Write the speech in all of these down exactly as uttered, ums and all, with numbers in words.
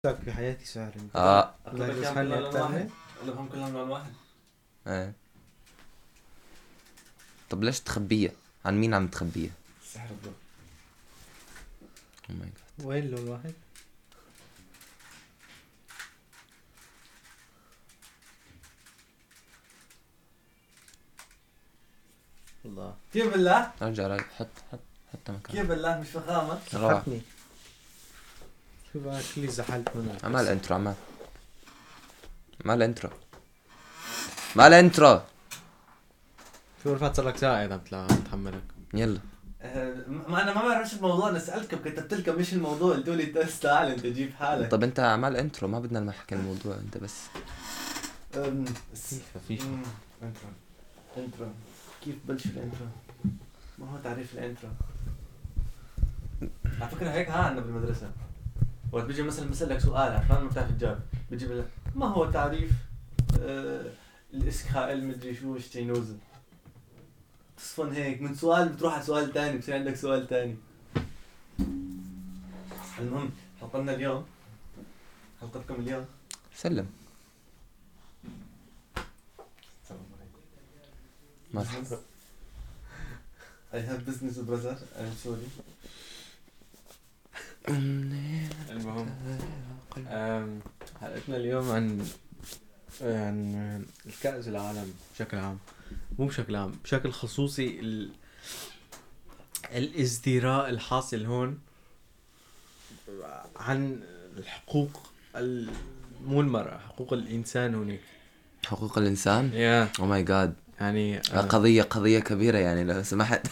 لك في حياتي سهل. اه لا بس خلني أتفهم. هم كلهم لون واحد. ايه. طب ليش تخبيها؟ عن مين عم تخبيها؟ سحر الضوء. او ماي جاد. وين لون واحد؟ الله كيف بالله؟ ارجع راجع حط حط حط مكان. كيف بالله مش فخامة؟ روح. سحبني. شو بقى كلي زحلت هنا. عمال انترو عمال. عمال انترو. عمال انترو. شو رفعت صار لك ساعة عم تحملك. يلا. ما انا ما بعرفش الموضوع، انا سالتكم كتبت لكم مش الموضوع، قلتوا لي تست تعال انت جيب حالك. طب انت عمال انترو، ما بدنا نحكي الموضوع، انت بس. أم، خفيف. أم، انترو انترو كيف بلش الانترو؟ ما هو تعريف الانترو؟ على فكره هيك ها عندنا بالمدرسه وقت بيجي مثلا بسألك سؤال عشان ما بتعرف تجاوب، بيجي بقول لك ما هو تعريف آه الاسكائل مدري شو شتينوزن. تصفن هيك من سؤال بتروح على سؤال تاني، بصير عندك سؤال تاني. المهم حلقتنا اليوم، حلقتكم اليوم سلم. مرحبا. I have business brother I'm sorry. المهم أم، حلقتنا اليوم عن عن الكأس العالم بشكل عام، مو بشكل عام، بشكل خصوصي ال... الازدراء الحاصل هون عن الحقوق ال... مو المرأة، حقوق الإنسان هونيك. حقوق الانسان. يا او ماي جاد. يعني آه. قضية قضية كبيرة يعني لو سمحت.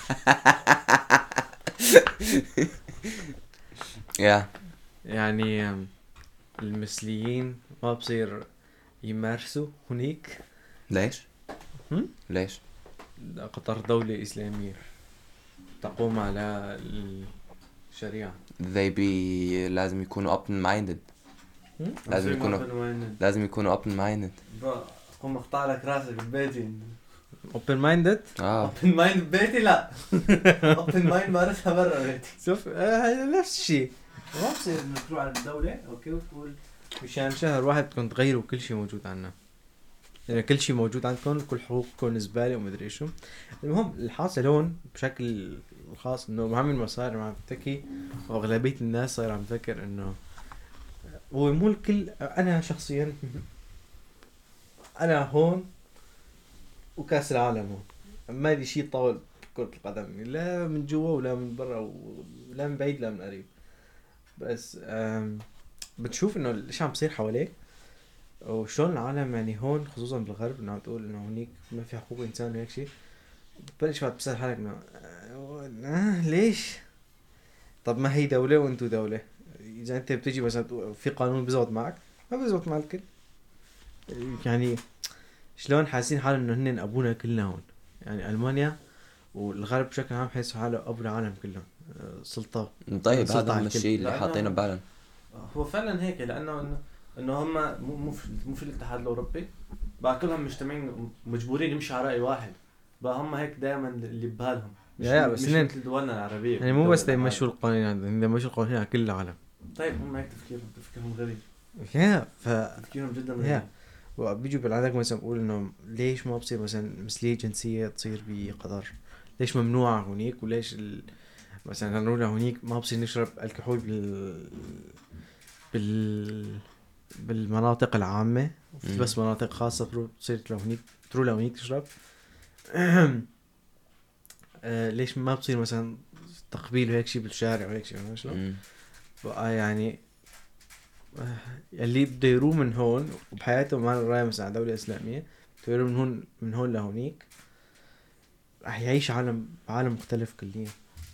يا يعني أم، المثليين ما بصير يمارسوا هونيك. ليش؟ هم؟ ليش؟ قطر دولة إسلامية تقوم على الشريعة. they be لازم يكونوا open minded. لازم يكونوا لازم يكونوا open minded. برا قوم اقطع لك راسك ببيتي. open minded. اه open mind ببيتي لا. open mind مارسها برا بيتي. شوف آه نفس الشيء. ما بصير انك تروح على الدولة اوكي وتقول مشان شهر واحد بدكم تغيروا كل شيء موجود عنا، يعني كل شيء موجود عندكم، كل حقوقكم زبالة ومدري شو. المهم الحاصل هون بشكل خاص انه مهم المصاري ما عم تحكي، واغلبية الناس صاير عم تفكر انه هو مو الكل. انا شخصيا انا هون وكاس العالم هون ما لي شيء طول كرة القدم، لا من جوا ولا من برا ولا من بعيد لا من قريب. بس بتشوف انه ايش عم بصير حواليك وشلون العالم يعني هون خصوصا بالغرب انه عم تقول انه هنيك ما في حقوق انسان وهيك شيء. بتبلش وقت بتسأل حالك انه آه ليش؟ طب ما هي دولة وانتو دولة، اذا انت بتيجي مثلا في قانون بيزبط معك ما بيزبط مع الكل. يعني شلون حاسين حالهم انه هن ابونا كلنا هون، يعني المانيا والغرب بشكل عام حيث حاله ابو العالم كله سلطة. طيب هذا هو الشيء اللي حاطينه ببالنا. هو فعلا هيك لانه انه انه هم مو مو في, مو في الاتحاد الاوروبي بقى كلهم مجتمعين مجبورين يمشوا على راي واحد، بقى هم هيك دائما اللي ببالهم مش يا بس مش مثل دولنا العربيه يعني مو بس يمشوا القوانين عندهم، يمشوا القوانين على كل العالم. طيب هم هيك تفكيرهم تفكيرهم غريب. يا ف تفكيرهم جدا غريب. وبيجوا بالعادة مثلا بقول انه ليش ما بصير مثلا مثلية جنسية تصير بقطر، ليش ممنوعة هونيك، وليش ال... مثلا نقول هونيك ما بصير نشرب الكحول بال بال بالمناطق العامة، وفي بس مناطق خاصة تصير لهونيك تروح لهونيك تشرب. آه ليش ما بصير مثلا تقبيل وهيك شيء بالشارع وهيك شيء ما شلون بقى يعني آه اللي بده يروح من هون وبحياته ما رايح مثلا دولة إسلامية بده يروح من هون من هون لهونيك رح يعيش عالم عالم مختلف كليا.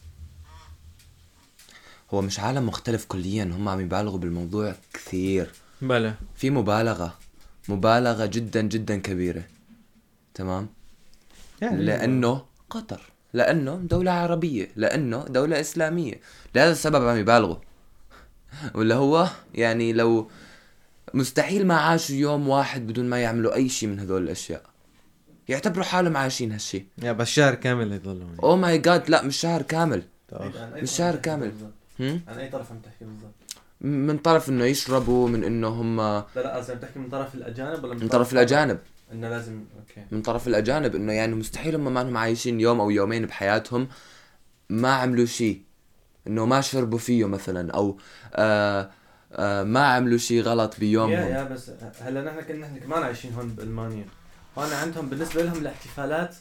هو مش عالم مختلف كليا، هم عم يبالغوا بالموضوع كثير. بلا في مبالغة مبالغة جدا جدا كبيرة. تمام يعني لأنه قطر، لأنه دولة عربية، لأنه دولة إسلامية، لهذا السبب عم يبالغوا. ولا هو يعني لو مستحيل ما عاشوا يوم واحد بدون ما يعملوا أي شيء من هذول الأشياء، يعتبروا حالهم عايشين هالشيء. يا بس شهر كامل يضلوا هون. أوه ماي جاد لا مش شهر كامل. طيب مش شهر كامل. عن أي طرف عم تحكي بالضبط؟ من طرف انه يشربوا، من انه هم لا لا اذا بتحكي من طرف الاجانب ولا من طرف الاجانب، انه لازم اوكي من طرف الاجانب انه يعني مستحيل هم ما انهم عايشين يوم او يومين بحياتهم ما عملوا شيء، انه ما شربوا فيه مثلا، او آه آه ما عملوا شيء غلط بيومهم. يا يا بس هلا نحن كنا نحن كمان عايشين هون بالمانيا، هون عندهم بالنسبه لهم الاحتفالات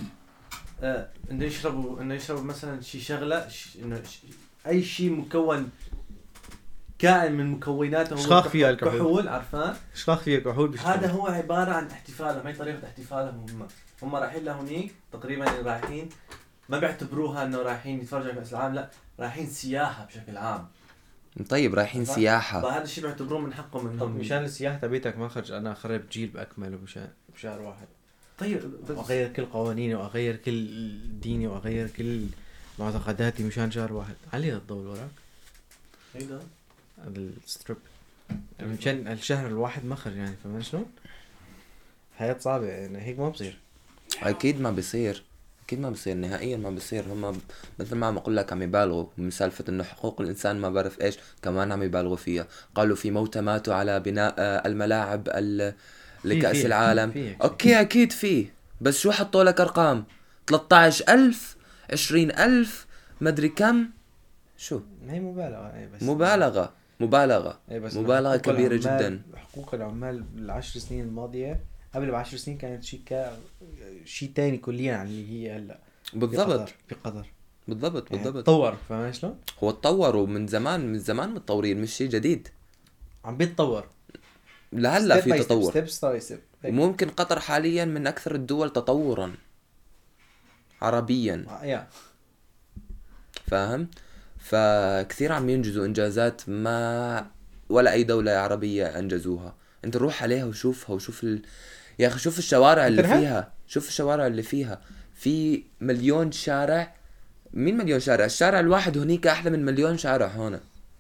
آه انه يشربوا انه يشربوا مثلا شيء شغله ش... انه ش... اي شيء مكون كائن من مكوناته شخاخ فيها الكحول. كحول عرفان شخاخ فيها كحول بيشربوا. هذا هو عباره عن احتفالهم، هي طريقه احتفالهم هم هم رايحين لهونيك تقريبا رايحين ما بيعتبروها انه رايحين يتفرجوا على كاس العالم، لا رايحين سياحه بشكل عام. طيب رايحين سياحة، فهذا الشيء بيعتبروه من حقهم انهم مشان السياحة تبعتك ما خرج انا اخرب جيل باكمله بشهر بشهر واحد. طيب واغير كل قوانيني واغير كل ديني واغير كل معتقداتي مشان شهر واحد. علي الضوء وراك هيدا الستريب مشان الشهر الواحد ما خرج يعني. فما شلون حياة صعبة يعني، هيك ما بصير. اكيد ما بيصير، اكيد ما بيصير نهائيا ما بيصير. هم مثل ما عم اقول لك عم يبالغوا من سالفه انه حقوق الانسان ما بعرف ايش، كمان عم يبالغوا فيها. قالوا في موتى ماتوا على بناء آه، الملاعب ال- لكأس في- العالم. في- في- اوكي اكيد فيه، بس شو حطوا لك ارقام؟ ثلاثة عشر ألف، عشرين ألف، مدري كم، شو هي مبالغة يعني. بس مبالغة مبالغة إيه بس مبالغة حقوق كبيرة العمال- جدا. حقوق العمال بالعشر سنين الماضية قبل بعشر سنين كانت شيء كا شيء تاني كليا عن اللي هي هلا. بالضبط في قطر بالضبط يعني بالضبط. تطور. فاهم شلون؟ هو تطوروا من زمان، من زمان متطورين، مش شيء جديد. عم بيتطور لهلا في تطور، ستيب ستيب ستيب. وممكن قطر حاليا من أكثر الدول تطورا عربيا، يا فاهم؟ فكثير عم ينجزوا إنجازات ما ولا أي دولة عربية أنجزوها. أنت روح عليها وشوفها وشوف ال... يا أخي شوف الشوارع اللي انترهت؟ فيها، شوف الشوارع اللي فيها، في مليون شارع. مين مليون شارع؟ الشارع الواحد هنيك أحلى من مليون شارع هنا.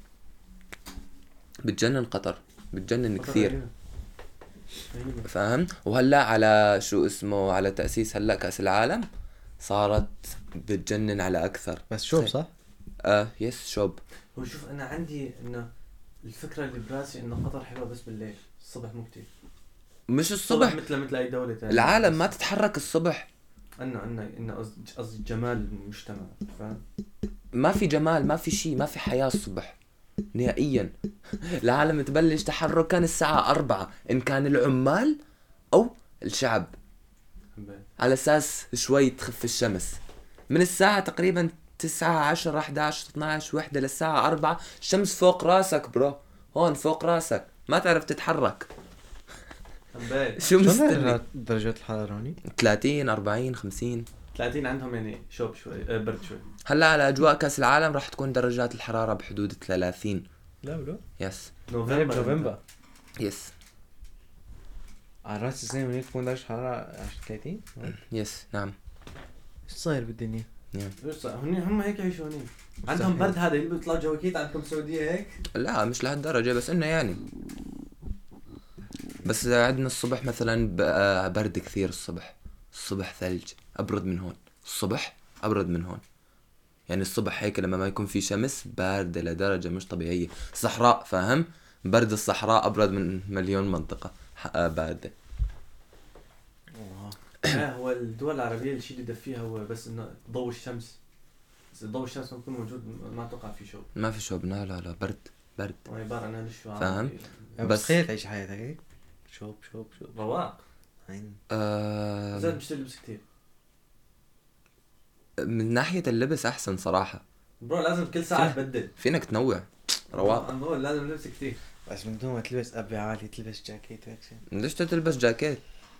بتجنن قطر، بتجنن كثير، فاهم؟ وهلا على شو اسمه، على تأسيس هلا كأس العالم صارت بتجنن على أكثر. بس شوف صح؟ آه يس شوب. هو شوف انا عندي انه الفكره اللي براسي انه قطر حلوه بس بالليل، الصبح مو كتير. مش الصبح، مثل مثل اي دوله ثانيه. العالم ما تتحرك الصبح، عنا عنا انه قصدي قصدي جمال المجتمع، فاهم؟ ما في جمال، ما في شيء، ما في حياة الصبح نهائيا. العالم تبلش تحركا الساعة أربعة إن كان العمال أو الشعب، على أساس شوي تخف الشمس. من الساعة تقريبا تسعة عشرة أحد عشر اثنا عشر وحدة للساعة أربعة الشمس فوق راسك برو، هون فوق راسك ما تعرف تتحرك. شو مستني؟ درجات الحرارة هوني؟ ثلاثين أربعين خمسين ثلاثين عندهم يعني شوب شوي آه برد شوي. هلا على أجواء كأس العالم راح تكون درجات الحرارة بحدود ثلاثين. لا ولا يس نوفمبر نوفمبر يس على راس السنة هونيك تكون درجة حرارة ثلاثين. يس نعم. ايش صاير بالدنيا؟ ايش صار؟ هن هم هيك يعيشوا هني. عندهم برد هذا اللي بيطلع جواكيت. عندكم السعودية هيك؟ لا مش لهالدرجة، بس إنه يعني بس عندنا الصبح مثلا ب- برد كثير. الصبح الصبح ثلج، أبرد من هون. الصبح أبرد من هون، يعني الصبح هيك لما ما يكون في شمس باردة لدرجة مش طبيعية. صحراء، فاهم؟ برد الصحراء أبرد من مليون منطقة ح- باردة. لا هو الدول العربية الشيء اللي يدفيها هو بس انه ضوء الشمس. إذا ضوء الشمس ما بيكون موجود ما اتوقع في شوب. ما في شوب، لا لا لا، برد برد. هو عبارة عن هالشو فاهم؟ بس بس- تخيل تعيش حياتك هيك شوب شوب شوب رواق. عين. آه زاد مش تلبس كتير من ناحية اللبس أحسن صراحة، برو، لازم كل ساعة تبدل. فينك تنوع. رواق. عم بقول لازم نلبس كتير. بس من دون ما تلبس أبي عالي تلبس جاكيت وهيك شيء. ليش تلبس جاكيت؟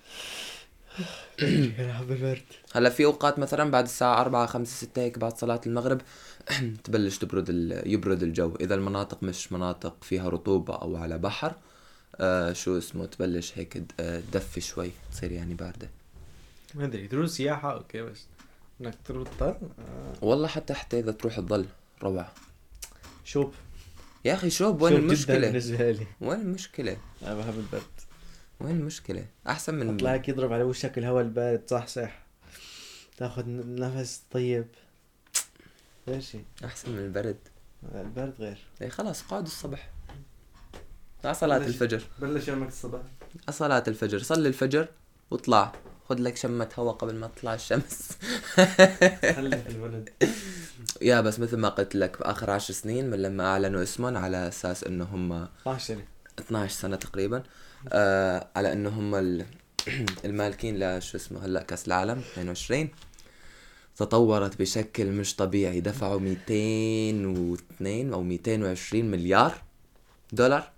يلعب بالبرد. هلا في اوقات مثلا بعد الساعة أربعة خمسة ستة هيك بعد صلاة المغرب تبلش تبرد ال... يبرد الجو. اذا المناطق مش مناطق فيها رطوبة او على بحر آه شو اسمه تبلش هيك د- آه، تدفي شوي، تصير يعني باردة. ما ادري تروح سياحة اوكي، بس انك تروح تضل آه. والله حتى حتى اذا تروح تضل روعة. شوب يا اخي شوب، وين شوب جداً المشكلة؟ بالنسبة لي. وين المشكلة؟ انا بحب البرد. وين المشكلة؟ احسن من اطلعك يضرب على وشك الهواء البارد صح صح، تاخذ نفس طيب غير شيء. احسن من البرد. البرد غير. اي خلاص قعد الصبح على صلاة بلش- الفجر، بلش يومك الصبح. على صلاة الفجر، صلي الفجر واطلع خذ لك شمة هوا قبل ما تطلع الشمس. خلي في الولد. يا بس مثل ما قلت لك بآخر عشر سنين من لما أعلنوا اسمهم على أساس إنه هم اثناشر سنة اثنا عشر سنة تقريبا، آه على إنه هم ال- المالكين لشو اسمه هلا كأس العالم اثنين وعشرين، تطورت بشكل مش طبيعي. دفعوا مئتين واثنين أو مئتين وعشرين مليار دولار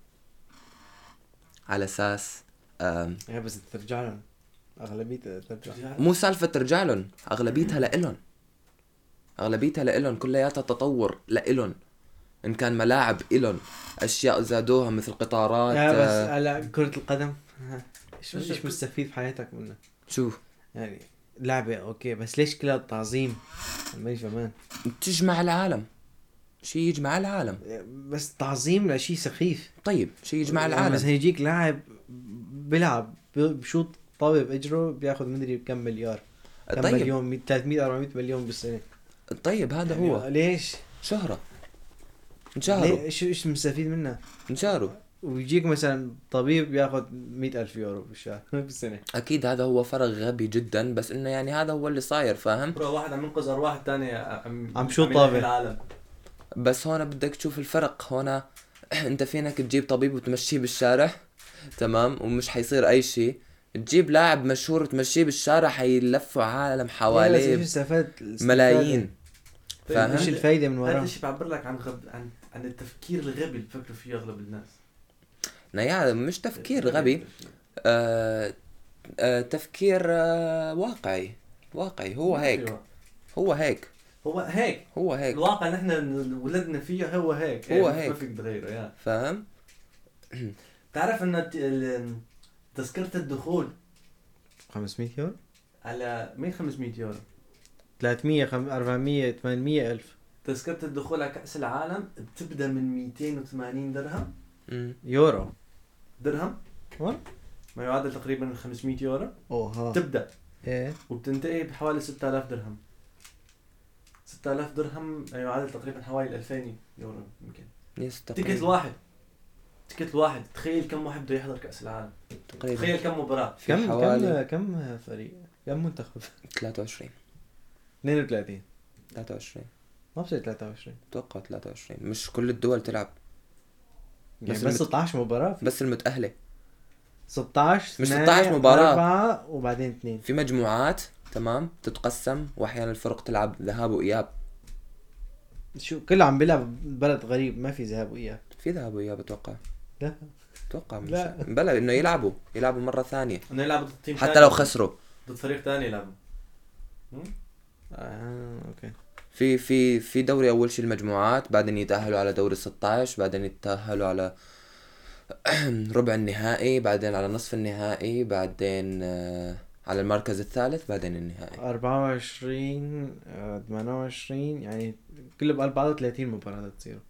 على أساس آم، يا بس ترجع لهم اغلبيه ترجع. مو سالفة ترجع لهم، أغلبيتها لإلن، أغلبيتها لإلن، كلياتها تطور لإلن، إن كان ملاعب إلن، أشياء زادوها مثل قطارات. يا بس آه، على كرة القدم ها، ايش بس ايش كل- مستفيد في حياتك منه؟ شو يعني لعبة اوكي بس ليش كلها تعظيم؟ ماشي كمان تجمع العالم، شيء يجمع العالم. بس تعظيم لشيء سخيف. طيب شيء يجمع يعني العالم. مثلا يجيك لاعب بيلعب بشوط طابة باجره بياخذ مدري كم مليار كم طيب مليون ثلاثمية أربعمية مليون بالسنة. طيب هذا يعني هو ليش؟ شهرة، انشهروا ليه ايش ايش مستفيد منها؟ انشهروا. ويجيك مثلا طبيب بياخذ مئة ألف يورو بالشهر بالسنة. اكيد هذا هو فرق غبي جدا، بس انه يعني هذا هو اللي صاير، فاهم؟ برو واحد عم ينقذ ارواح الثاني عم عم شو عم طابة. ينقذ العالم. بس هون بدك تشوف الفرق. هون انت فينك تجيب طبيب وتمشيه بالشارع، تمام، ومش حيصير اي شيء. تجيب لاعب مشهور وتمشيه بالشارع حيلفوا عالم ايش حواليه استفاد؟ ملايين، طيب، فاهم؟ ايش الفايدة من هذا وراه؟ الشيء بعبر لك عن غب... عن عن التفكير الغبي اللي بفكروا فيه اغلب الناس. يعني مش تفكير غبي، آه آه تفكير آه واقعي، واقعي. هو هيك، هو هيك، هو هيك هو هيك، الواقع نحن ولدنا فيه هو هيك. هو إيه، هيك. ما فيك تغيره. يا فاهم؟ تعرف ان الت- ال- تذكرة الدخول خمسمية يورو على مين خمسمية يورو. ثلاثمية خم... أربعمية ثمانمية ألف تذكرة الدخول على كأس العالم بتبدأ من مئتين وثمانين درهم مم. يورو. درهم والله؟ ما يعادل تقريبا خمسمية يورو. اوه ها تبدأ ايه وبتنتهي بحوالي ستة آلاف درهم. ستة آلاف درهم يعادل تقريبا حوالي ألفين يورو يمكن. يس تيكت تقريبا الواحد تيكت الواحد تخيل كم واحد بده يحضر كأس العالم. تقريبا تخيل كم مباراة. في كم حوالي كم كم فريق كم منتخب؟ ثلاثة وعشرين اثنين وثلاثين ثلاثة وعشرين ما بصير ثلاثة وعشرين اتوقع ثلاثة وعشرين. مش كل الدول تلعب، يعني بس بس المت- ستة عشر مباراة في بس المتأهلة. ستة عشر مش اثنين، ستة عشر مباراة. أربعة وبعدين اثنين. في مجموعات، تمام، تتقسم، واحيانا الفرق تلعب ذهاب واياب. شو كله عم بيلعب بلد غريب ما في ذهاب وإياب. في ذهاب واياب اتوقع، لا اتوقع مش لا. بلا انه يلعبوا يلعبوا مرة ثانية انه يلعبوا ضد تيم حتى ثاني، لو خسروا. ضد فريق ثاني يلعبوا. آه اوكي. في في في دوري اول شيء المجموعات، بعدين يتأهلوا على دوري ستة عشر، بعدين يتأهلوا على ربع النهائي، بعدين على نصف النهائي، بعدين آه، على المركز الثالث، بعدين النهائي. أربعة وعشرين آه، ثمانية وعشرين يعني كله بقلب بعضه ثلاثين مباراة تصير.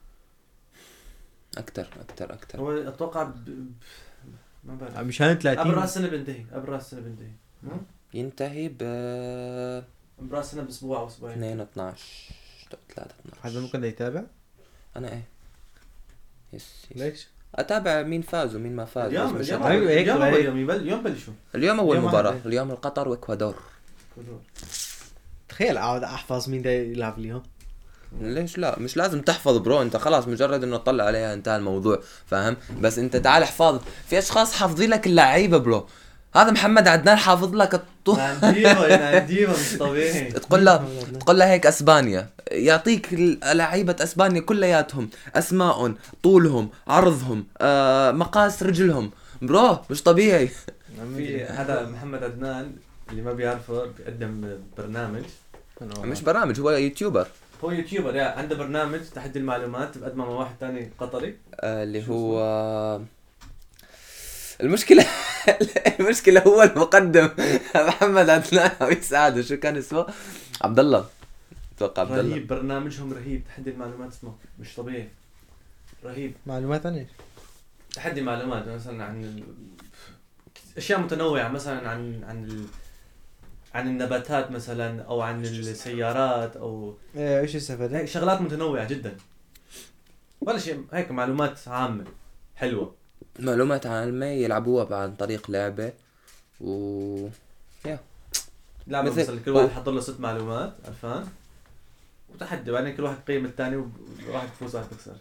اكتر اكتر اكتر. هو اتوقع ب... ب... ما بعرف مشان قبل ثلاثين راس السنة بنتهي قبل راس السنة بنتهي مم؟ ينتهي ب قبل راس السنة باسبوع او اسبوعين. اثنين اثناشر ثلاثة اثناشر. حدا ممكن يتابع؟ انا ايه يس, يس. ليش؟ اتابع مين فاز ومين ما فاز. اليوم بس مش اليوم أتابع. أيوة، هيك اليوم هيك. أول يوم يبل... اليوم بلشوا. اليوم اول اليوم مباراة، واحد. اليوم القطر واكوادور. تخيل اقعد احفظ مين ده يلعب اليوم. ليش لا؟ مش لازم تحفظ برو، انت خلاص مجرد انه تطلع عليها انتهى الموضوع، فاهم؟ بس انت تعال احفظ. في اشخاص حافظين لك اللعيبه برو. هذا محمد عدنان حافظ لك الطول. نعديبه يا نعديبه مش طبيعي. تقول له تقول له هيك اسبانيا، يعطيك لعيبه اسبانيا كلياتهم اسمائهم، طولهم، عرضهم، آه مقاس رجلهم، برو مش طبيعي. في هذا محمد عدنان اللي ما بيعرفه بيقدم برنامج. مش برامج، هو يوتيوبر. هو يوتيوبر يا عنده برنامج تحدي المعلومات بقدمه مع واحد تاني قطري. آه اللي شو هو آه المشكلة المشكلة هو المقدم محمد عدنان أو يساعده. شو كان اسمه؟ عبد الله، اتوقع عبد الله. رهيب برنامجهم رهيب. تحدي المعلومات اسمه مش طبيعي رهيب. معلومات عن ايش؟ تحدي معلومات مثلا عن ال- اشياء متنوعه مثلا عن عن ال... عن النباتات مثلا او عن السيارات او ايه ايش استفاد؟ هيك شغلات متنوعه جدا. ولا شيء هيك معلومات عامه حلوة. معلومات عامة يلعبوها عن طريق لعبة و يا لعبة مثل- مثلا كل واحد حط له ست معلومات عرفان وتحدي بعدين كل واحد قيم الثاني وراح تفوز راح تخسر.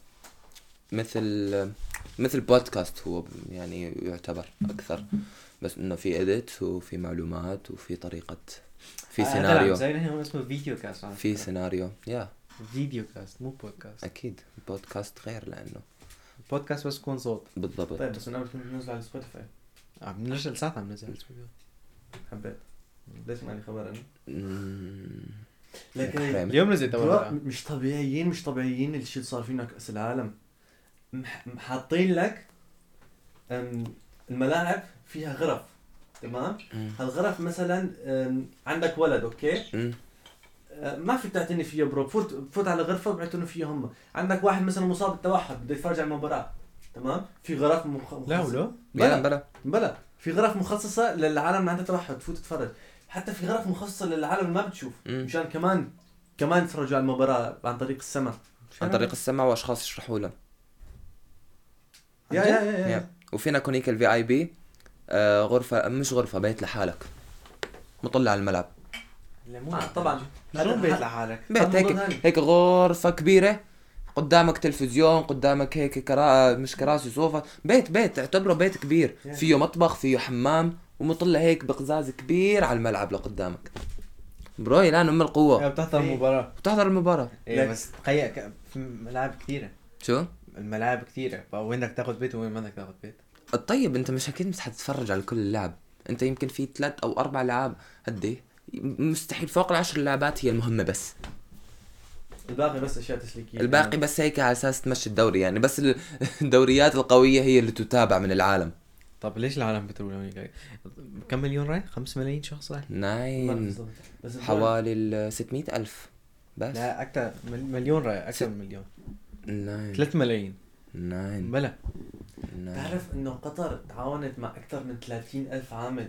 مثل مثل بودكاست هو يعني يعتبر أكثر، بس إنه في إديت وفي معلومات وفي طريقة في سيناريو زي هنا اسمه فيديو كاست. في سيناريو يا فيديو كاست مو بودكاست. أكيد بودكاست غير لأنه بودكاست بس يكون صوت. بالضبط. طيب بس من قبل كنت ننزل على سبوتيفاي. عم ننزل ساعة عم ننزل على سبوتيفاي. حبيت. ليش ما لي خبر عنه؟ مم. لكن حرام. اليوم نزلت أول برو مرة. مش طبيعيين مش طبيعيين الشيء اللي صار فينا كأس العالم. مح- حاطين لك أم، الملاعب فيها غرف تمام. مم. هالغرف مثلا أم، عندك ولد اوكي مم. أه، ما في تعتني فيه برو بفوت بفوت على غرفه وبيعتنوا فيه هم. عندك واحد مثلا مصاب بالتوحد بده يتفرج على المباراه تمام في غرف مخ... لا مخصصة. ولا بلا بلا بلا بلا في غرف مخصصه للعالم اللي عنده توحد تفوت تتفرج. حتى في غرف مخصصه للعالم اللي ما بتشوف مم. مشان كمان كمان يتفرجوا على المباراه عن طريق السمع. عن طريق السمع وأشخاص يشرحوا لنا. يا يا يا, يا. يا. وفينا كونيك الفي اي بي غرفة مش غرفة بيت لحالك مطلع على الملعب. آه طبعا شلون بيت لحالك؟ بيت هذا هيك موضوع ثاني. هيك غرفة كبيرة قدامك تلفزيون قدامك هيك كرا مش كراسي صوفة بيت بيت اعتبره بيت كبير يعني. فيه مطبخ فيه حمام ومطلع هيك بقزاز كبير على الملعب لقدامك بروي الآن أم القوة بتحضر إيه. المباراة. بتحضر المباراة. ايه بس تخيل ك- في ملاعب كثيرة. شو الملاعب كثيرة وين بدك تاخذ بيت وين ما بدك تاخذ بيت. طيب انت مش اكيد مش حتتفرج على كل اللعب انت يمكن في ثلاث او اربع لعاب قد مستحيل فوق العشر لعبات هي المهمة بس الباقي بس اشياء تسليكيه. الباقي بس هيك على اساس تمشي الدوري يعني بس ال- الدوريات القوية هي اللي تتابع من العالم. طب ليش العالم بتروح هونيك؟ كم مليون رايح؟ خمس ملايين شخص رايح؟ ناين بالضبط. بس حوالي ال ستمية ألف بس لا أكثر مليون رايح أكثر من مليون. ناين ثلاث ملايين. ناين بلا. ناين تعرف انه قطر تعاونت مع اكثر من ثلاثين ألف عامل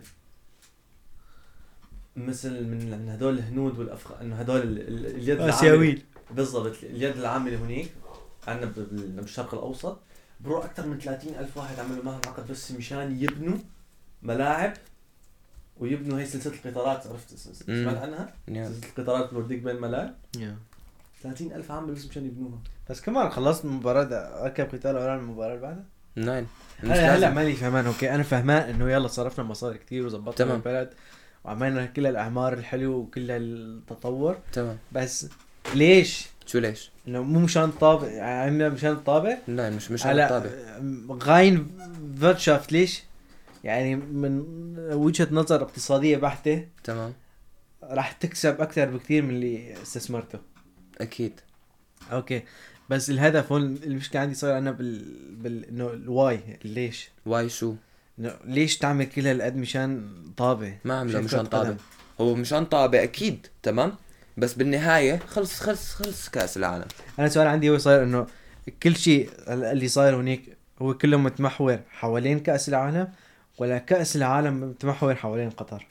مثل من من هدول الهنود والافغان انه هدول ال- ال- اليد العامله بالضبط اليد العامله هنيك عندنا ب- بال- بالشرق الاوسط برو اكثر من ثلاثين ألف واحد عملوا معهم عقد بس مشان يبنوا ملاعب ويبنوا هي سلسله القطارات. عرفت س- س- مم. سمعت عنها؟ يا. سلسله القطارات بتوديك بين الملاعب يا. ثلاثين ألف عامل بس مشان يبنوها. بس كمان خلصت المباراة اركب قتال ولا المباراة اللي بعدها. ناين مش هلا هلا لازم. مالي فهمان. اوكي انا فهمان انه يلا صرفنا مصاري كتير وظبطنا تمام. البلد وعملنا كل الاعمار الحلو وكل التطور. تمام بس ليش شو ليش انه مو مشان طابع عملنا مشان الطابع ناين مش مش على على الطابع غاين فيرتشافت ليش يعني من وجهة نظر اقتصادية بحتة تمام راح تكسب اكثر بكثير من اللي استثمرته. اكيد اوكي بس الهدف هون المشكلة عندي صار انا بال, بال... انه الواي ليش واي شو إنه ليش تعمل كل هالقد مشان طابع ما عمله مشان مشان كرة قدم؟ طابع هو مشان طابع اكيد تمام بس بالنهاية خلص خلص خلص كأس العالم. انا سؤال عندي هو صاير انه كل شيء اللي صاير هناك هو كله متمحور حوالين كأس العالم ولا كأس العالم متمحور حوالين قطر؟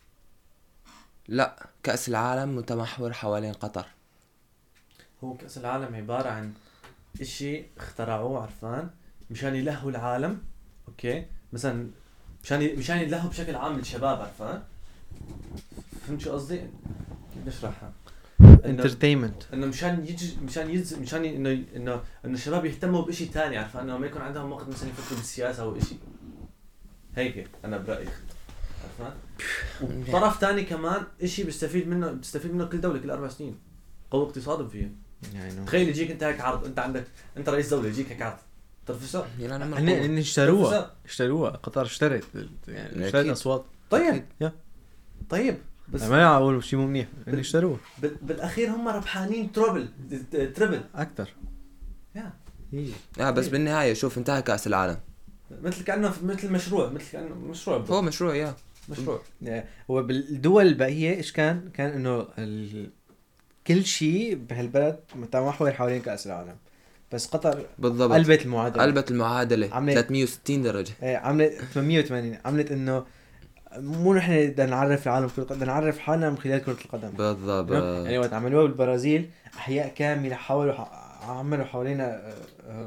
لا كأس العالم متمحور حوالين قطر. هو كأس العالم عبارة عن اشي اخترعوه عرفان مشان يلهوا العالم. اوكي مثلا مشان ي- مشان يلهوا بشكل عام للشباب عرفان. فهمت شو قصدي؟ كيف نشرحها؟ انه انترتينمنت. انه مشان يجي مشان يز مشان ي- انه انه انه الشباب يهتموا بشيء ثاني عرفان انه ما يكون عندهم وقت مثلا يفكروا بالسياسة او اشي هيك. انا برأيي عرفان. وطرف ثاني كمان اشي بيستفيد منه بتستفيد منه كل دولة كل اربع سنين قوي اقتصادهم فيه. يعني تخيل يجيك انت هيك عرض انت عندك انت رئيس دولة يجيك هيك عرض ترفسه. يلا نعمل هن قوة. هن اشتروها اشتروها قطر اشترت يعني أكيد. اشترت اصوات. طيب يا. طيب بس ما اقول شيء مو منيح هن اشتروها بال- بالاخير هم ربحانين تروبل تربل اكثر. يا هي اه بس بالنهاية شوف انتهى كأس العالم مثل كانه مثل مشروع مثل كانه مشروع هو مشروع يا مشروع هو بالدول الباقية ايش كان؟ كان انه ال... كل شيء بهالبلد متمحور حوالين كأس العالم بس قطر بالضبط قلبت المعادلة. قلبت المعادلة عملت- ثلاثمية وستين درجة. ايه عملت ثمانمية وثمانين عملت انه مو نحن بدنا نعرف العالم كرة القدم بدنا نعرف حالنا من خلال كرة القدم. بالضبط يعني وقت عملوها بالبرازيل احياء كاملة حاولوا ح- عملوا حوالينا آه، آم،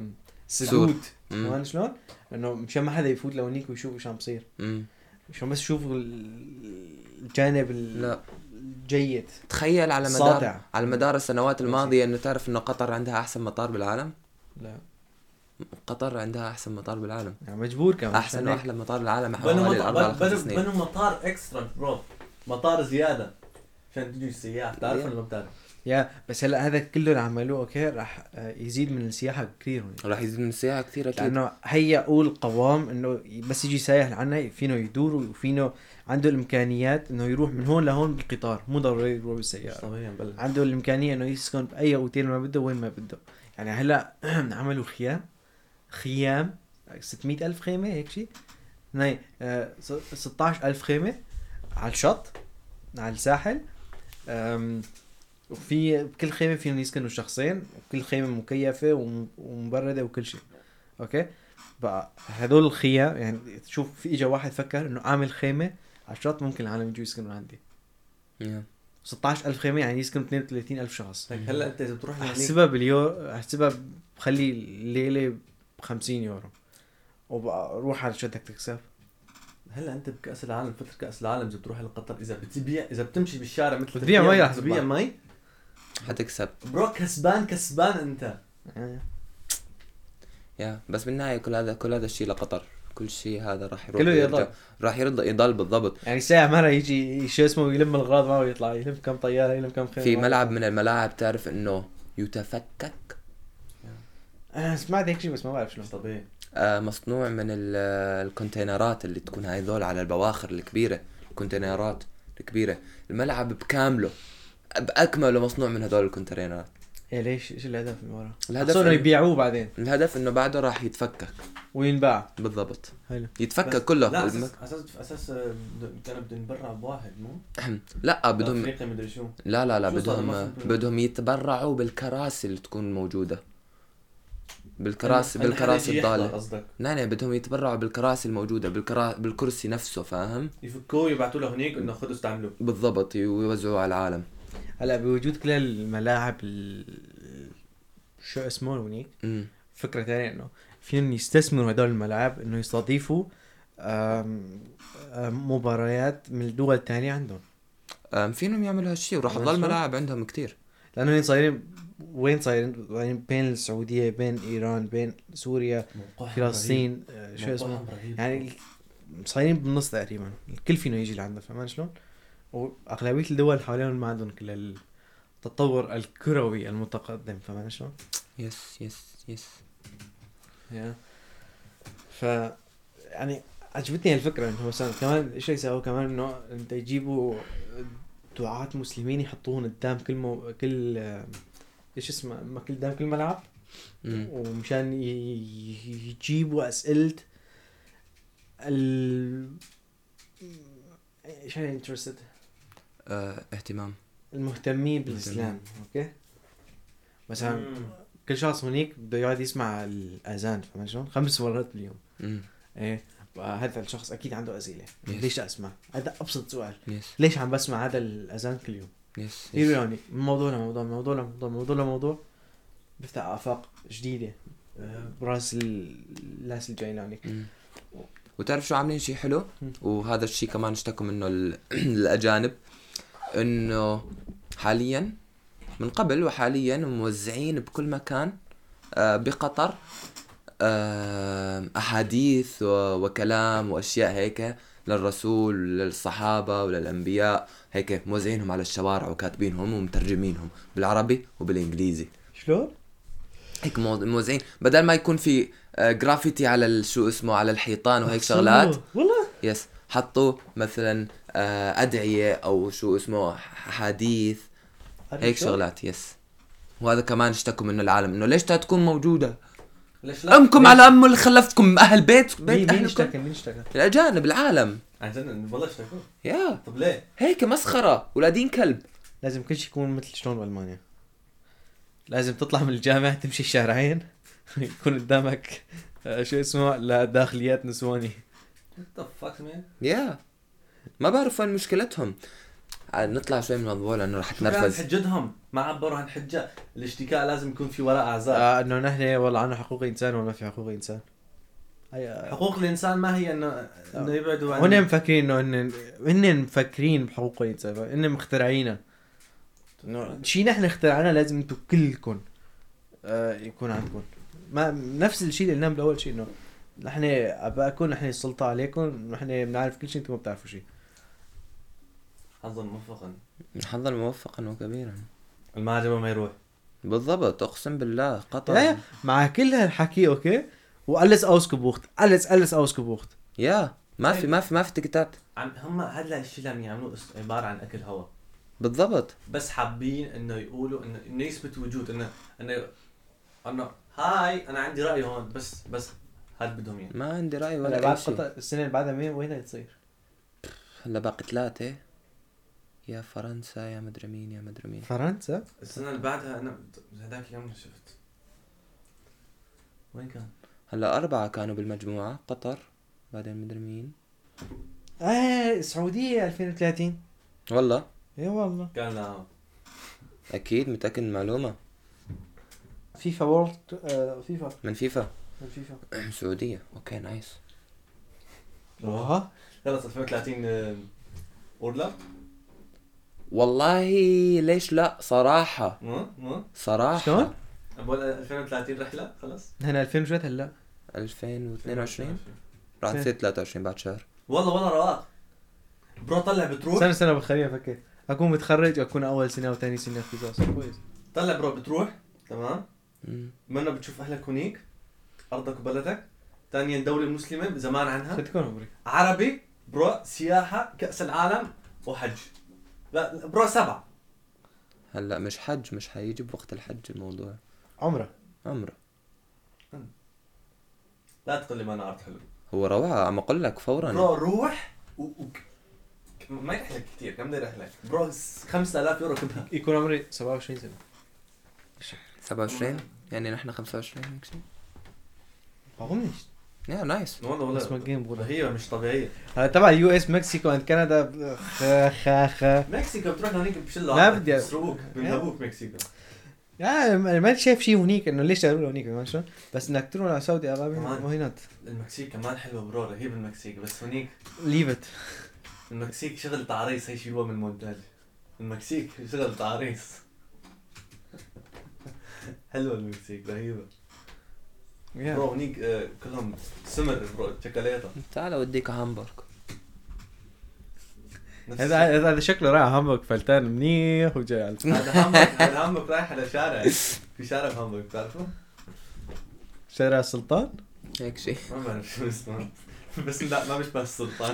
سكوت مم. كمان شلون انه مشان ما حدا يفوت لونيك ويشوف ايش عم بصير مم. مشان بس يشوف ال- الجانب ال- لا الجيد تخيل على مدار الساطع. على مدار السنوات الماضية انه تعرف انه قطر عندها احسن مطار بالعالم. لا قطر عندها احسن مطار بالعالم، يعني مجبور كمان احسن مشان هيك. واحلى مطار بالعالم بنوا حوالي مط- اربع بن- لخمس بنوا سنين. بنوا مطار اكسترا برو، مطار زياده عشان تجي السياح، بتعرف Yeah. ولا ما بتعرف؟ يا بس هلا هذا كله اللي عملوه اوكي راح آه، يزيد من السياحه كثير هون راح يزيد من السياحة كثير اكيد. لانه هيئوا القوام انه بس يجي سايح لعنا فينه يدور وفينه عنده الامكانيات انه يروح من هون لهون بالقطار مو ضروري يروح مش بالسياره طبيعي بل عنده الامكانيه انه يسكن باي اوتيل ما بده وين ما بده يعني هلا عملوا خيام خيام ستمية ألف خيمه هيك شيء ناي آه ستة عشر ألف خيمه على الشط على الساحل أم، وفي بكل خيمه فيهم يسكنوا شخصين وكل خيمه مكيفه وم- ومبرده وكل شيء اوكي بقى هذول الخيام يعني تشوف في اجى واحد فكر انه اعمل خيمه على الشط ممكن العالم يجوا يسكنوا عندي Yeah. ستة عشر ألف خيمه يعني يسكنوا اثنين وثلاثين ألف شخص هيك هلا انت اذا بتروح لهونيك احسبها باليورو احسبها بخلي الليله ب خمسين يورو وبقى روح على شو بدك تكسب هلا انت بكاس العالم فتره كاس العالم اذا بتروح لقطر اذا بتبيع اذا بتمشي بالشارع مثل بتبيع تركيا، مي رح بتبيع تطلع. مي حتكسب برو كسبان كسبان انت. آه. يا بس بالنهاية كل هذا كل هذا الشيء لقطر، كل شيء هذا راح يروح كله يرجع- يضل. راح يرضى يضل بالضبط. يعني ساعة مرة يجي شو اسمه يلم الغراض معه ويطلع يلم كم طيارة يلم كم خيمة في معه. ملعب من الملاعب تعرف انه يتفكك، انا سمعت هيك شيء بس ما بعرف شلون. مش طبيعي. آه مصنوع من ال- الكونتينرات اللي تكون هاي ذول على البواخر الكبيرة، الكونتينرات الكبيرة. الملعب بكامله بأكمله مصنوع من هذول الكونتينرات. ايه ليش ايش الهدف من ورا؟ الهدف صاروا إنه- يبيعوه بعدين الهدف انه بعده راح يتفكك وينباع. بالضبط، حلو. يتفكك كله. لا الم- اساس اساس اساس آه، بد- كانوا بدهم يتبرعوا بواحد مو لا بدهم افريقيا مدري شو. لا لا لا شو صار بدهم المصنع؟ بدهم يتبرعوا بالكراسي اللي تكون موجودة، بالكراسي هل- هل بالكراسي حدا يجي يحضر الضالة. قصدك نعم نعم بدهم يتبرعوا بالكراسي الموجودة بالكرا... بالكرسي نفسه، فاهم؟ يفكوه يبعثوا له هنيك انه خذوا استعملوه. بالضبط ويوزعوا على العالم. هلا بوجود كل الملاعب ال... شو اسمه هونيك امم فكرة ثانية انه فيهم يستثمروا هدول الملاعب انه يستضيفوا آم، آم، مباريات من الدول الثانية عندهم أم فينهم يعملوا هالشيء وراح عمل تضل شو؟ ملاعب عندهم كتير. لانه هن صايرين وين صايرين يعني بين السعودية بين ايران بين سوريا موقعهم فلسطين آه، رهيب. شو اسمه موقعهم رهيب. يعني صايرين بالنص تقريبا الكل فينا يجي لعندنا فهمان شلون واغلبيه الدول اللي حواليهم ما عندهم كل التطور الكروي المتقدم فهمان شلون يس يس يس يا ف يعني عجبتني الفكره انه مثلا كمان ايش يسووا كمان انه انت يجيبوا دعاة مسلمين يحطوهم قدام كل مو... كل آه، ايش اسمه ما كل قدام كل ملعب امم ومشان ي- ي- يجيبوا اسئله ال ايش يعني انترستد آه اهتمام. المهتمين بالاسلام اوكي مثلا مم. كل شخص هناك بده يقعد يسمع الاذان فاهم شلون خمس مرات باليوم امم ايه بقى هذا الشخص اكيد عنده اسئله Yes. ليش اسمع هذا ابسط سؤال يس ليش عم بسمع هذا الاذان كل يوم يس يصير يعني من موضوع لموضوع من موضوع لموضوع من موضوع لموضوع بيفتح افاق جديده آه، براس ال- الناس اللي جايين لهونيك مم. وتعرف شو عاملين شيء حلو؟ مم. وهذا الشيء كمان اشتكوا منه ال- الأجانب، إنه حاليا من قبل وحاليا موزعين بكل مكان آه، بقطر آه، أحاديث و- وكلام وأشياء هيك للرسول للصحابة وللأنبياء، هيك موزعينهم على الشوارع وكاتبينهم ومترجمينهم بالعربي وبالإنجليزي، شلون؟ هيك مو- موزعين بدل ما يكون في آه، جرافيتي على ال- شو اسمه على الحيطان وهيك شغلات. والله يس حطوا مثلا آه، أدعية أو شو اسمه حديث هيك شغلات. يس وهذا كمان اشتكوا منه العالم انه ليش تكون موجودة ليش لا؟ امكم على ام اللي خلفتكم اهل بيت مين بيت مين اهلكم اشتكى مين اشتكى الاجانب العالم. عن جد والله اشتكوا. يا طب ليه؟ هيك مسخرة ولادين كلب. لازم كل شيء يكون مثل شلون بالمانيا لازم تطلع من الجامعة تمشي الشارعين يكون قدامك آه، شو اسمه لداخليات نسواني What the fuck man؟ يا ما بعرف وين مشكلتهم. نطلع شوي من الموضوع لانه رح كان تنرفز. حجتهم ما عبروا عن حجة الاشتكاء لازم يكون في وراء اعذار. آه انه نحن والله عنا حقوق انسان ولا ما في حقوق انسان. هي حقوق الانسان ما هي انه انه يبعدوا عن هن مفكرين انه هن هن مفكرين بحقوق الانسان، هن مخترعينها انه شيء نحن اخترعناه لازم انتم كلكم آه يكون عندكم. ما نفس الشيء اللي قلناه بالاول شيء انه نحن اباكم، نحن السلطه عليكم، نحن بنعرف كل شيء انتم ما بتعرفوا شيء. حظا موفقا. حظا موفقا وكبيرا. المعجبة ما يروح. بالضبط اقسم بالله قطر. يا مع كل هالحكي اوكي وقلس اوسكبوخت قلس قلس اوسكبوخت يا ما في ما في ما في تيكتات. عم هم هلا الشيء اللي عم يعملوه عبارة عن اكل هوا. بالضبط. بس حابين انه يقولوا انه انه يثبت وجود انه انه انه هاي انا عندي رأي هون بس بس هاد بدهم يعني. ما عندي رأي هلا ولا بعد أي شيء. قطر السنه اللي بعدها مين وين تصير؟ هلا باقي ثلاثة، يا فرنسا يا مدري مين يا مدري مين. فرنسا السنة اللي بعدها انا هذاك اليوم شفت وين كان؟ هلا أربعة كانوا بالمجموعة، قطر بعدين مدري مين. ايه السعوديه ألفين وثلاثين. والله اي والله كان لا أكيد متأكد من المعلومة. فيفا وورلد آه فيفا من فيفا. من فيفا سعودية. أوكي نايس. اوها خلص ألفين وثلاثين آه، اورلا والله ليش لا صراحة ما ما صراحة. شلون؟ بقول ألفين وثلاثين رحلة خلص نحن ألفين وشوي هلا ألفين واثنين وعشرين راح تصير ثلاثة وعشرين بعد شهر. والله والله رواق برو. طلع بتروح سنه سنه بخليني افكر اكون متخرج اكون اول سنه وثاني سنه اختصاص كويس. طلع برو بتروح تمام مم. منه بتشوف اهلك هنيك ارضك وبلدك. ثانيا دولة مسلمة زمان عنها. خدكم عمري عربي برو سياحة كأس العالم وحج. لا برو سبعة. هلا مش حج، مش حيجي بوقت الحج الموضوع. عمره عمره. لا تقول لي ما انا عرفت حلو. هو روعة عم أقول لك فورا. برو روح و... و... ما يرحلك كتير. كم بده يرحلك برو؟ خمسة آلاف يورو كلها. يكون عمري سبعة وعشرين سنه. سبعة وعشرين يعني نحن خمسة وعشرين هيك شيء. بعمرش يا نايس. والله بس ما والله جيم بقول هي مش طبيعية. هلا تبع اليو اس مكسيكو اند كندا خا خا خا مكسيكو بتروح لهنيك بشلوا ما عقلك، بدي- بيسرقوك بينهبوك مكسيكو. يا ما شايف شيء هنيك انه ليش داروا هنيك ما شلون، بس انك تروح على سعودي عربي كمان. ما هي المكسيك كمان حلوة برو رهيب المكسيك. بس هنيك ليف ات. المكسيك شغل تعريس. هي شيء هو من المونتاج. المكسيك شغل تعريس. حلوة المكسيك رهيبة برو. هنيك آه، كلهم سمر برو شوكولاتة. تعال أوديك هامبورغ. نفس هذا هذا هذا شكله رايح هامبورغ فلتان منيح وجاي على هذا هامبورغ. هذا هامبورغ رايح على شارع. في شارع هامبورغ بتعرفه؟ شارع السلطان. هيك شيء. ما بعرف شو اسمه بس لا ما بيشبه السلطان.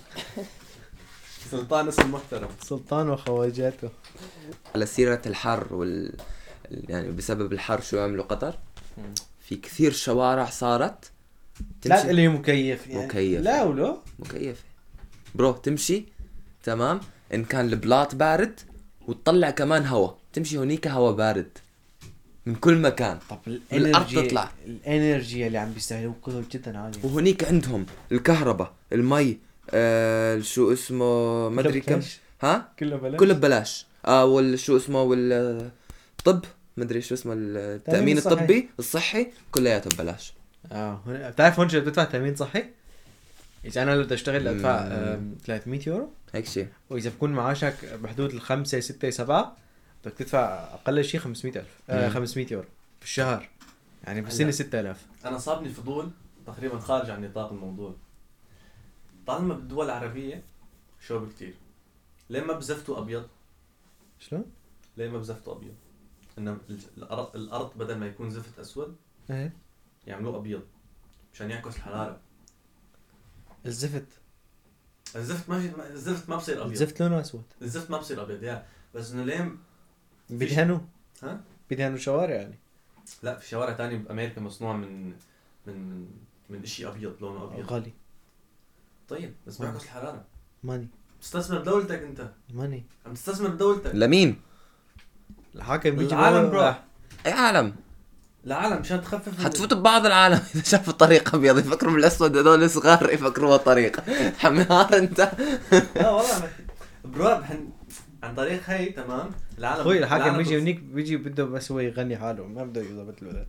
سلطان اسم محترم. سلطان وخواجاته. على سيرة الحر وال يعني بسبب الحر شو عملوا قطر؟ في كثير شوارع صارت لا تمشي اللي مكيف يعني. مكيف. لا ولو مكيفة برو. تمشي تمام إن كان البلاط بارد وتطلع كمان هوا. تمشي هونيك هوا بارد من كل مكان. طب الأرض الانرجي تطلع. الانرجي اللي عم بيستهلكوه كله جدا عالي. وهونيك عندهم الكهرباء المي آه شو اسمه ما ادري كم. ها كله بلاش كله ببلاش. اه والشو اسمه والطب ما ادري شو اسمه التأمين الصحي. الطبي الصحي كلياته ببلاش. اه هنا بتعرف هون شو بدفع تامين صحي؟ اذا انا لو بدي اشتغل ادفع مم. آم، ثلاثمية يورو، هيك شيء. واذا بكون معاشك بحدود الخمسة ستة سبعة بدك تدفع اقل شيء خمسمية ألف آه مم. خمسمية يورو في الشهر، يعني بالسنه هلا. ستة آلاف. انا صابني فضول تقريبا خارج عن نطاق الموضوع. طالما بالدول العربية شوب كتير ليه ما بزفتوا ابيض؟ شلون؟ ليه ما بزفتوا ابيض؟ انه الارض الارض بدل ما يكون زفت اسود ايه يعملوه ابيض مشان يعكس الحرارة. الزفت الزفت ما في الزفت ما بصير ابيض. الزفت لونه اسود. الزفت ما بصير ابيض يا بس انه ليه بدهنوا ها؟ بدهنوا شوارع يعني. لا في شوارع تانية بامريكا مصنوع من من من اشي ابيض لونه ابيض. غالي. طيب بس بيعكس الحرارة. ماني تستثمر بدولتك انت. ماني عم تستثمر بدولتك. لمين؟ الحاكم بيجي العالم بقول- برو. اي عالم العالم مشان تخفف حتفوت ببعض العالم اذا شافوا طريق ابيض يفكروا بالاسود هذول صغار يفكروها طريق حمار انت. لا والله ما- برو بحن عن طريق هي تمام العالم اخوي الحاكم العالم بيجي بتص- هنيك بيجي بده بس هو يغني حاله ما بده يضبط الولد.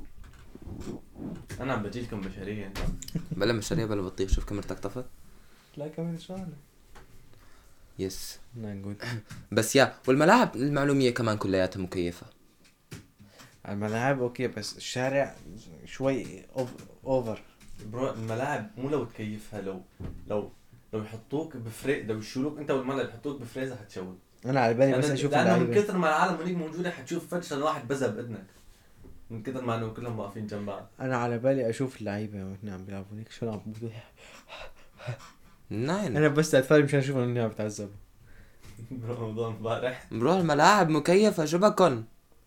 انا عم بجي لكم بشريه. بلا مشاريع بلا بطيخ. شوف كاميرتك طفت. لا كمان شغله. يس. نقول بس يا والملاعب المعلومية كمان كلياتها مكيفة. الملاعب اوكي بس الشارع شوي اوفر. برو الملاعب مو لو تكيفها لو لو لو يحطوك بفري لو يشيلوك انت والملعب يحطوك بفريزه حتشوي. انا على بالي بس لأن- اشوف لانه من اللعيبه. كثر ما العالم هنيك موجوده حتشوف فجاه واحد بزى باذنك من كثر ما انه كلهم واقفين جنب بعض. انا على بالي اشوف اللعيبه وهن عم بيلعبوا هيك شو عم بيقولوا. ناين. انا بس اتفرج مشان اشوف انهم عم بتعذبوا. رمضان امبارح بروح الملاعب مكيفة شبكن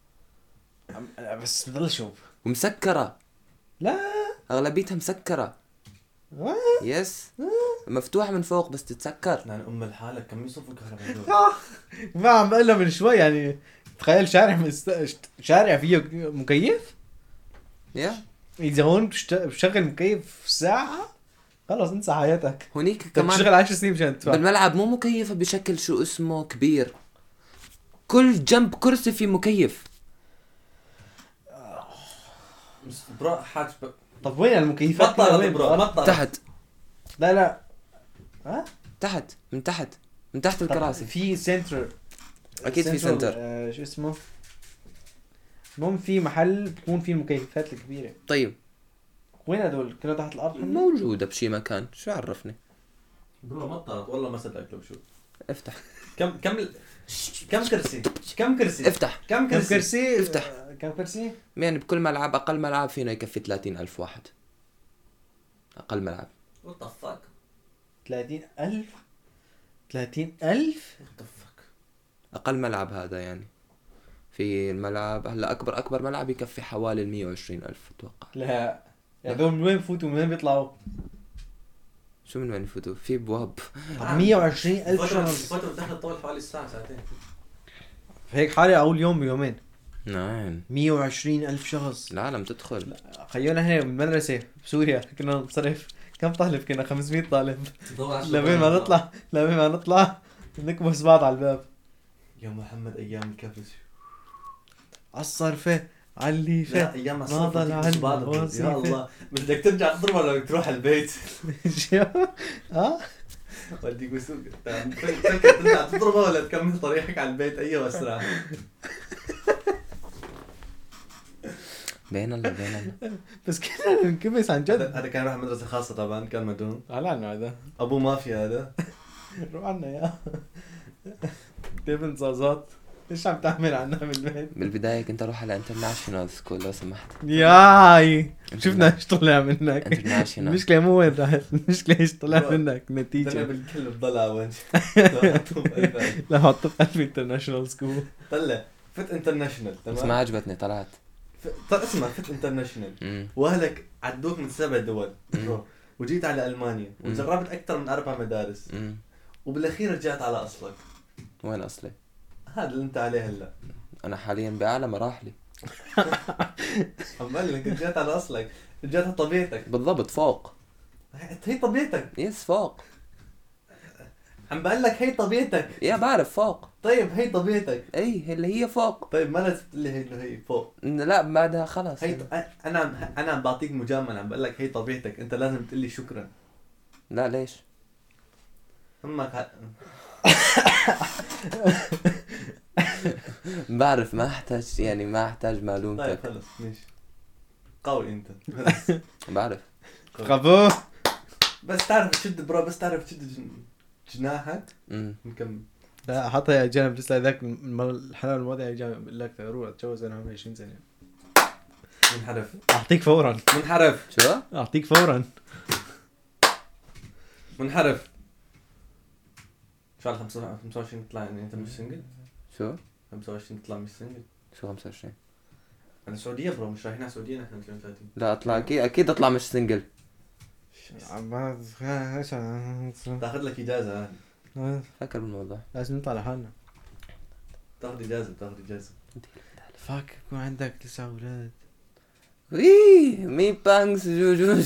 بس بضل شوف. ومسكرة. لا أغلبيتها مسكرة. آه. يس. مفتوحة من فوق بس تتسكر. يعني ام الحالة كم يصرفوا كهرباء. ما عم بقول له من شوي يعني تخيل شارع مست... شارع فيه مكيف. يا اذا هون بشت... بشغل مكيف ساعه خلص انسى حياتك. هونيك طب كمان بتشتغل عشر سنين مشان تدفع. بالملعب مو مكيفة بشكل شو اسمه كبير. كل جنب كرسي في مكيف. برو حاج ب... طب وين المكيفات؟ بطل وين؟ برو بطل تحت لا لا ها تحت من تحت من تحت طب الكراسي. في سنتر. أكيد في Central، سنتر. آه شو اسمه المهم في محل بكون فيه المكيفات الكبيره. طيب وين هدول كانوا تحت الارض؟ موجودة بشي مكان. شو عرفني. برو مطرت والله ما صدقك لو شو. افتح كم كم ال... كم كرسي كم كرسي افتح. كم كم كرسي كرسي؟ افتح. آه، كم كرسي؟ يعني بكل ملعب أقل ملعب فينا يكفي ثلاثين ألف واحد. أقل ملعب. وات ذا فاك ثلاثين ألف. ثلاثين ألف. وات ذا فاك. أقل ملعب هذا يعني. في الملعب هلا أكبر أكبر ملعب يكفي حوالي المية وعشرين ألف أتوقع. لا هذول من وين بفوتوا من وين بيطلعوا؟ شو من وين يفوتوا؟ في بواب. مية وعشرين ألف فترة شخص. فترة دخلت طول حوالي ساعة ساعتين. هيك حالي اول يوم بيومين. نعم. مية وعشرين ألف شخص. العالم تدخل. خيونا هنا بالمدرسة بسوريا كنا نصرف كم طالب؟ كنا خمسمية طالب. لبين ما نطلع لبين ما نطلع نكبس بعض على الباب. يا محمد ايام الكبس. على الصرفة على الليفة. لا ايام ما ما صرفت ضل تكبس عنا بعض. وظيفة. يا الله بدك ترجع تضرب ولا بدك تروح البيت؟ ها؟ وديك بسوق فكر ترجع تضربه ولا تكمل طريقك على البيت ايوه اسرع. بين الله بين الله. بس كنا ننكبس عن هذا جد. هذا كان راح مدرسة خاصة طبعا كان مدون. على عنا هذا. ابو مافيا هذا. روح عنا يا تبن صازات. ايش عم تعمل عنا بالبيت؟ بالبداية كنت أروح على انترناشونال سكول لو سمحت. ياي شفنا ايش طلع منك. انترناشونال. المشكلة مو وين راحت، المشكلة ايش طلع والله. منك انا نتيجة. بالكل بضل وجه. لا حط قلب انترناشونال سكول. طلع فت انترناشونال بس ما تمام. عجبتني طلعت. ف- اسمع فت انترناشونال امم واهلك عدوك من سبع دول مم. وجيت على المانيا مم. وجربت اكثر من اربع مدارس امم وبالاخير رجعت على اصلك. وين أصلي؟ هذا اللي انت عليه هلا. أنا حاليا بأعلى مراحلي. عم بقول لك رجعت على اصلك رجعت على طبيعتك. بالضبط فوق. هي طبيعتك. يس فوق. عم بقول لك هي طبيعتك. يا بعرف فوق. طيب هي طبيعتك. اي اللي هي فوق. طيب ما لازم تقول لي هي اللي هي فوق. لا بعدها خلاص. هي انا عم انا عم بعطيك مجامله عم بقول لك هي طبيعتك انت لازم تقول لي شكرا. لا ليش؟ امك ه... بعرف ما احتاج يعني ما احتاج طيب معلومتك. خلص ماشي قوي انت. بعرف. برافو. بس تعرف تشد برا بس تعرف تشد جن... جناحك امم نكمل. لا حتى يا جانب لسه ذاك المر- الحلقة الماضية يا جانب بقول لك روح اتجوز انا عمري عشرين سنة. منحرف اعطيك فورا. منحرف شو؟ اعطيك فورا. منحرف. شو على خمسة وعشرين تطلع يعني انت مش سنجل؟ شو؟ خمسة وعشرين تطلع مش سنجل؟ شو خمسة وعشرين؟ انا السعودية برو مش رايحين على السعودية نحن اثنين وثلاثين. لا اطلع اكيد اكيد اطلع مش سنجل. تاخذ لك اجازة هذه. فكر بالموضوع. لازم نطلع لحالنا. تاخذ اجازة تاخذ اجازة. فاك يكون عندك تسع اولاد. وي مي بانكس جوجوج.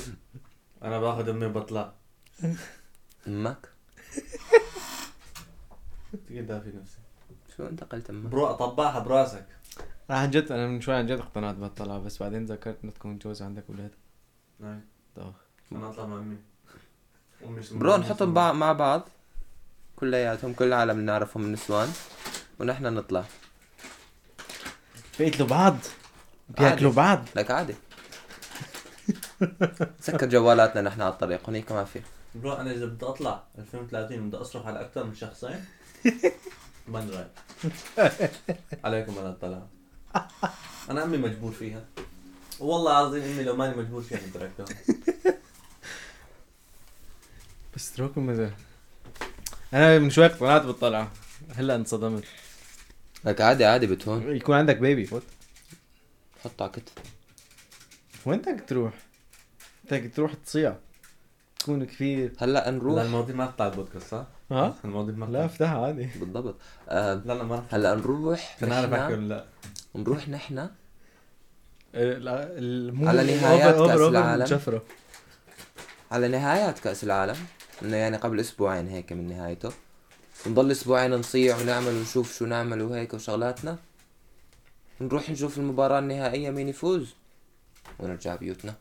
انا باخذ امي وبطلع. امك كده في نفسي شو انت قلت أما؟ برو طباحة براسك. عن جد انا من شوي عن جد اقتنعت بهالطلعة، بس بعدين ذكرت انك تكون متجوز عندك اولاد. نعم. طبعا انا اطلع مع امي. امي برو نحطهم بع- مع بعض كلياتهم، كل العالم نعرفهم النسوان ونحن نطلع. بيقتلوا بعض، بياكلوا بعض. لك عادي. سكر جوالاتنا نحن على الطريق هنيك ما في. برو انا اذا بدي اطلع ألفين وثلاثين بدي اصرف على اكثر من شخصين. من رايك؟ عليكم انا الطلعة. انا امي مجبور فيها، والله العظيم امي لو ماني مجبور فيها تركتها. بس تروكم ماذا؟ انا من شوي اقتنعت بالطلعة، هلا انصدمت. لك عادي عادي بتهون. يكون عندك بيبي فوت حط على كتف. وين بدك تروح؟ بدك تروح تصيع تكون كثير. هلا لا نروح. المواضيع ما تطلع البودكاست صح؟ ها؟ المواضيع ما لا تطلع. افتحها عادي. بالضبط. آه لا لا ما هلا نروح انا عارف احكي نحن ولا لا. نروح نحن المو... على نهايات أوفر- كأس أوفر- أوفر العالم. شفرة. على نهايات كأس العالم، انه يعني قبل اسبوعين هيك من نهايته، نضل اسبوعين نصيع ونعمل ونشوف شو نعمل وهيك وشغلاتنا، نروح نشوف المباراة النهائية مين يفوز ونرجع بيوتنا.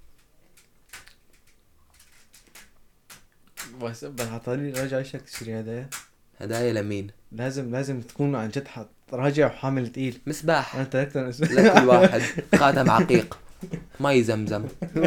بس عطاني راجع ايشك تشتري هدايا. هدايا لمين؟ لازم لازم تكون عن جد حط راجع وحامل تقيل. مسباح انا تركت انا لكل واحد، خاتم عقيق، مي زمزم.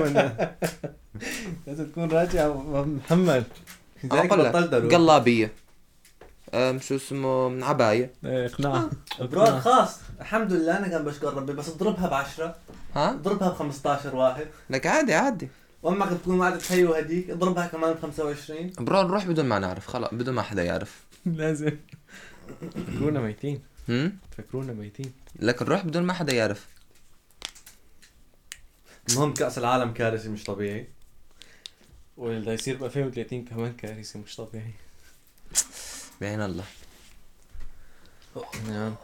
لازم تكون راجع ومحمل. زيك أقول لك، بطلت اروح. قلابية، أم شو اسمه، عباية. ايه اقناع. برو خاص الحمد لله انا كان بشكر ربي، بس اضربها بعشرة، ها؟ اضربها بخمستاشر واحد، لك عادي عادي. وامك تكون قاعدة تحيي هديك اضربها كمان بخمسة وعشرين. برو نروح بدون ما نعرف، خلاص بدون ما حدا يعرف. لازم تفكرونا ميتين، هم؟ تفكرونا ميتين. لك نروح بدون ما حدا يعرف. المهم كأس العالم كارثي مش طبيعي. واللي يصير ب ألفين وثلاثين كمان كارثة مش طبيعي. بعين الله. نعم.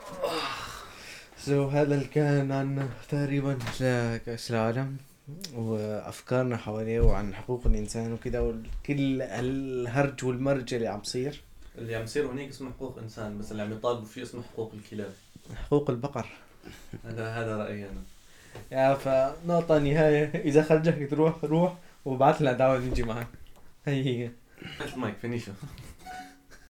سو هذا اللي كان عن تقريبا كأس العالم وأفكارنا حواليه وعن حقوق الإنسان وكده، وكل الهرج والمرج اللي عم صير. اللي عم يصير هنيك اسمه حقوق انسان، بس اللي عم يطالبوا فيه اسمه حقوق الكلاب. حقوق البقر. هذا هذا رأيي انا. يا فنقطة نهاية، إذا خرجك تروح روح وبعث لنا دعوة نجي معك. هي هي المايك فينيشو.